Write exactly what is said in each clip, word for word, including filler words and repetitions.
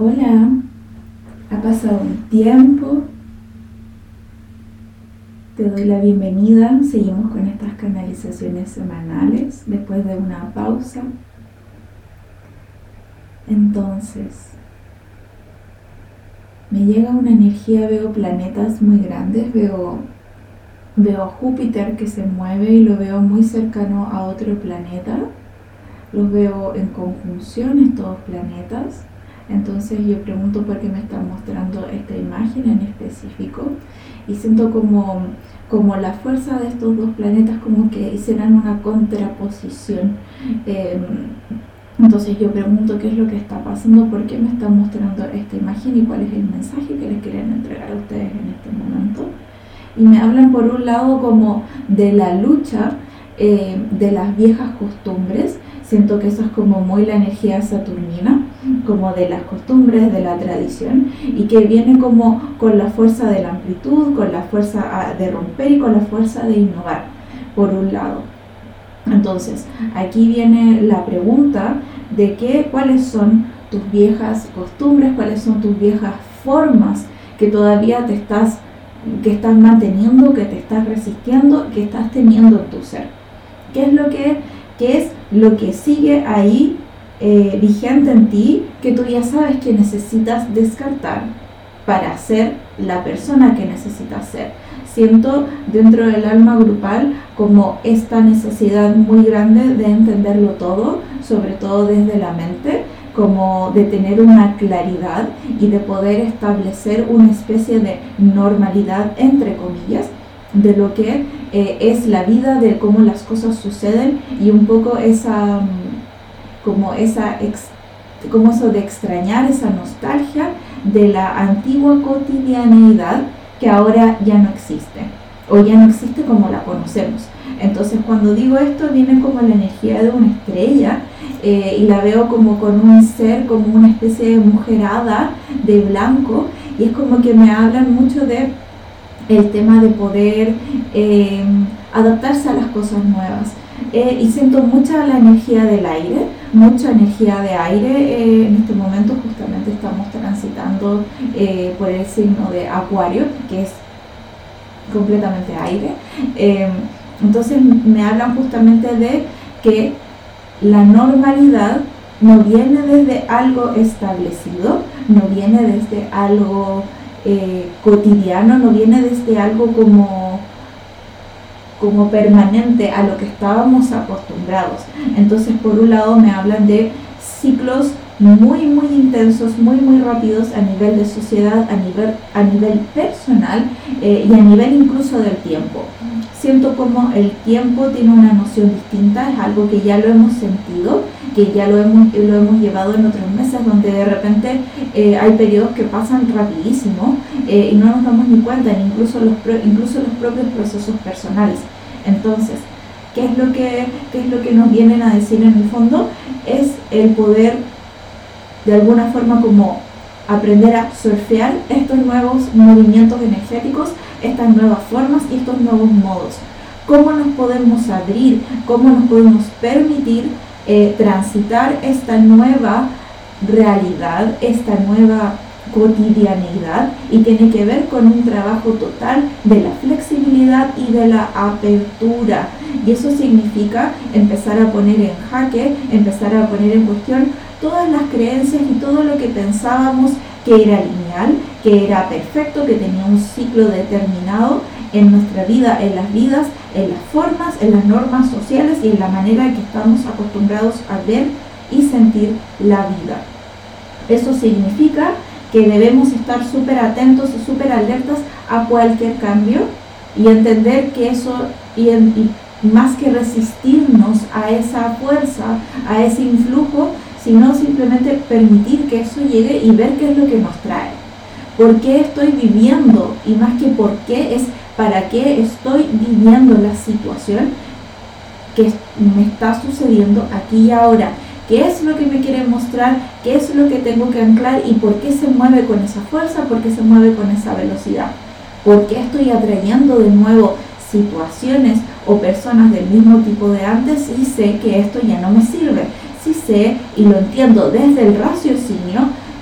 Hola, ha pasado un tiempo, te doy la bienvenida, seguimos con estas canalizaciones semanales después de una pausa. Entonces, me llega una energía, veo planetas muy grandes, veo, veo a Júpiter que se mueve y lo veo muy cercano a otro planeta, los veo en conjunción estos planetas. Entonces yo pregunto por qué me están mostrando esta imagen en específico y siento como, como la fuerza de estos dos planetas como que hicieran una contraposición. Eh, entonces yo pregunto qué es lo que está pasando, por qué me están mostrando esta imagen y cuál es el mensaje que les quieren entregar a ustedes en este momento. Y me hablan por un lado como de la lucha eh, de las viejas costumbres. Siento que eso es como muy la energía saturnina, como de las costumbres, de la tradición, y que viene como con la fuerza de la amplitud, con la fuerza de romper y con la fuerza de innovar, por un lado. Entonces, aquí viene la pregunta de que, cuáles son tus viejas costumbres, cuáles son tus viejas formas que todavía te estás, que estás manteniendo, que te estás resistiendo, que estás teniendo en tu ser. ¿Qué es lo que, qué es lo que sigue ahí eh, vigente en ti, que tú ya sabes que necesitas descartar para ser la persona que necesitas ser? Siento dentro del alma grupal como esta necesidad muy grande de entenderlo todo, sobre todo desde la mente, como de tener una claridad y de poder establecer una especie de normalidad, entre comillas, de lo que eh, es la vida, de cómo las cosas suceden, y un poco esa, como esa, ex, como eso de extrañar esa nostalgia de la antigua cotidianeidad que ahora ya no existe, o ya no existe como la conocemos. Entonces cuando digo esto viene como la energía de una estrella eh, y la veo como con un ser, como una especie de mujer hada de blanco, y es como que me hablan mucho de el tema de poder eh, adaptarse a las cosas nuevas. Eh, y siento mucha la energía del aire, mucha energía de aire. Eh, en este momento justamente estamos transitando eh, por el signo de Acuario, que es completamente aire. Eh, entonces me hablan justamente de que la normalidad no viene desde algo establecido, no viene desde algo Eh, cotidiano, no viene desde algo como, como permanente a lo que estábamos acostumbrados. Entonces por un lado me hablan de ciclos muy muy intensos, muy muy rápidos a nivel de sociedad, a nivel, a nivel personal eh, y a nivel incluso del tiempo. Siento como el tiempo tiene una noción distinta, es algo que ya lo hemos sentido, que ya lo hemos, lo hemos llevado en otros meses, donde de repente eh, hay periodos que pasan rapidísimo eh, y no nos damos ni cuenta, incluso los, incluso los propios procesos personales. Entonces, ¿qué es lo que, qué es lo que nos vienen a decir en el fondo? Es el poder de alguna forma como aprender a surfear estos nuevos movimientos energéticos, estas nuevas formas y estos nuevos modos. ¿Cómo nos podemos abrir? ¿Cómo nos podemos permitir eh, transitar esta nueva realidad, esta nueva cotidianidad? Y tiene que ver con un trabajo total de la flexibilidad y de la apertura. Y eso significa empezar a poner en jaque, empezar a poner en cuestión todas las creencias y todo lo que pensábamos que era lineal, que era perfecto, que tenía un ciclo determinado en nuestra vida, en las vidas, en las formas, en las normas sociales y en la manera en que estamos acostumbrados a ver y sentir la vida. Eso significa que debemos estar súper atentos y súper alertas a cualquier cambio y entender que eso, y, y más que resistirnos a esa fuerza, a ese influjo, sino simplemente permitir que eso llegue y ver qué es lo que nos trae. ¿Por qué estoy viviendo? Y más que por qué, es para qué estoy viviendo la situación que me está sucediendo aquí y ahora. ¿Qué es lo que me quiere mostrar? ¿Qué es lo que tengo que anclar? ¿Y por qué se mueve con esa fuerza? ¿Por qué se mueve con esa velocidad? ¿Por qué estoy atrayendo de nuevo situaciones o personas del mismo tipo de antes y sé que esto ya no me sirve? Sí sé y lo entiendo desde el raciocinio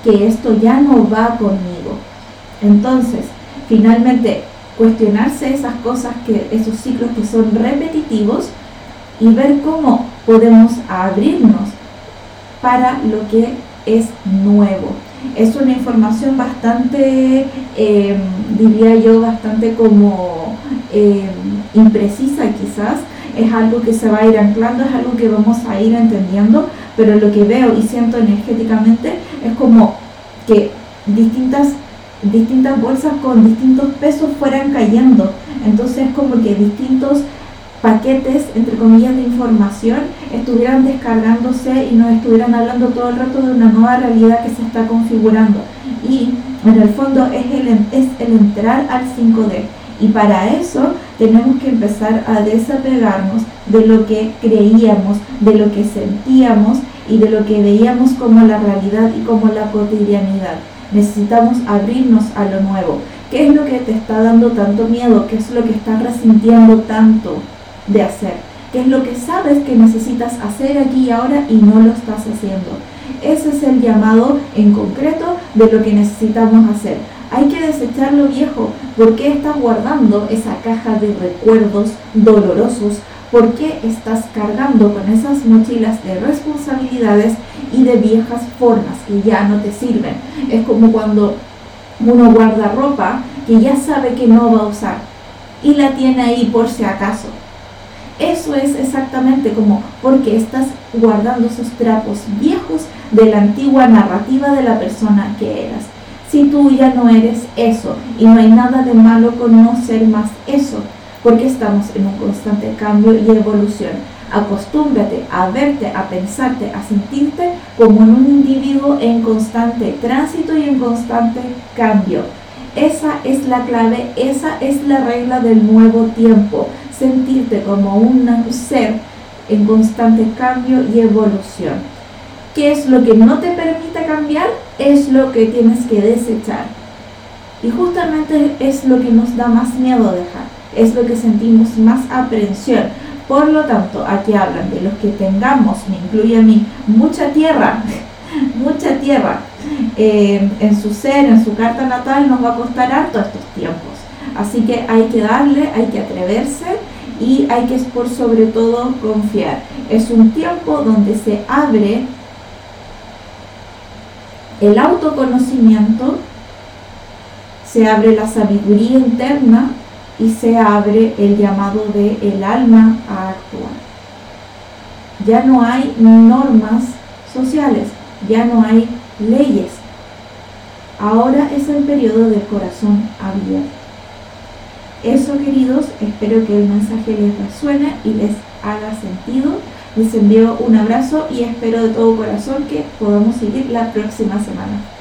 que esto ya no va conmigo. Entonces, finalmente, cuestionarse esas cosas, que esos ciclos que son repetitivos, y ver cómo podemos abrirnos para lo que es nuevo. Es una información bastante, eh, diría yo, bastante como eh, imprecisa quizás. Es algo que se va a ir anclando, es algo que vamos a ir entendiendo, pero lo que veo y siento energéticamente es como que distintas, distintas bolsas con distintos pesos fueran cayendo. Entonces como que distintos paquetes, entre comillas, de información estuvieran descargándose y nos estuvieran hablando todo el rato de una nueva realidad que se está configurando. Y en el fondo es el, es el entrar al cinco D. Y para eso tenemos que empezar a desapegarnos de lo que creíamos, de lo que sentíamos y de lo que veíamos como la realidad y como la cotidianidad. Necesitamos abrirnos a lo nuevo. ¿Qué es lo que te está dando tanto miedo? ¿Qué es lo que estás resintiendo tanto de hacer? ¿Qué es lo que sabes que necesitas hacer aquí y ahora y no lo estás haciendo? Ese es el llamado en concreto de lo que necesitamos hacer. Hay que desechar lo viejo. ¿Por qué estás guardando esa caja de recuerdos dolorosos? ¿Por qué estás cargando con esas mochilas de responsabilidades y de viejas formas que ya no te sirven? Es como cuando uno guarda ropa que ya sabe que no va a usar y la tiene ahí por si acaso. Eso es exactamente como porque estás guardando esos trapos viejos de la antigua narrativa de la persona que eras. Si tú ya no eres eso, y no hay nada de malo con no ser más eso, porque estamos en un constante cambio y evolución. Acostúmbrate a verte, a pensarte, a sentirte como en un individuo en constante tránsito y en constante cambio. Esa es la clave, esa es la regla del nuevo tiempo. Sentirte como un ser en constante cambio y evolución. ¿Qué es lo que no te permite cambiar? Es lo que tienes que desechar. Y justamente es lo que nos da más miedo dejar. Es lo que sentimos más aprensión. Por lo tanto, aquí hablan de los que tengamos, me incluye a mí, mucha tierra, mucha tierra eh, en su ser, en su carta natal, nos va a costar harto estos tiempos. Así que hay que darle, hay que atreverse y hay que por sobre todo confiar. Es un tiempo donde se abre el autoconocimiento, se abre la sabiduría interna y se abre el llamado del alma a actuar. Ya no hay normas sociales, ya no hay leyes. Ahora es el periodo del corazón abierto. Eso, queridos, espero que el mensaje les resuene y les haga sentido. Les envío un abrazo y espero de todo corazón que podamos seguir la próxima semana.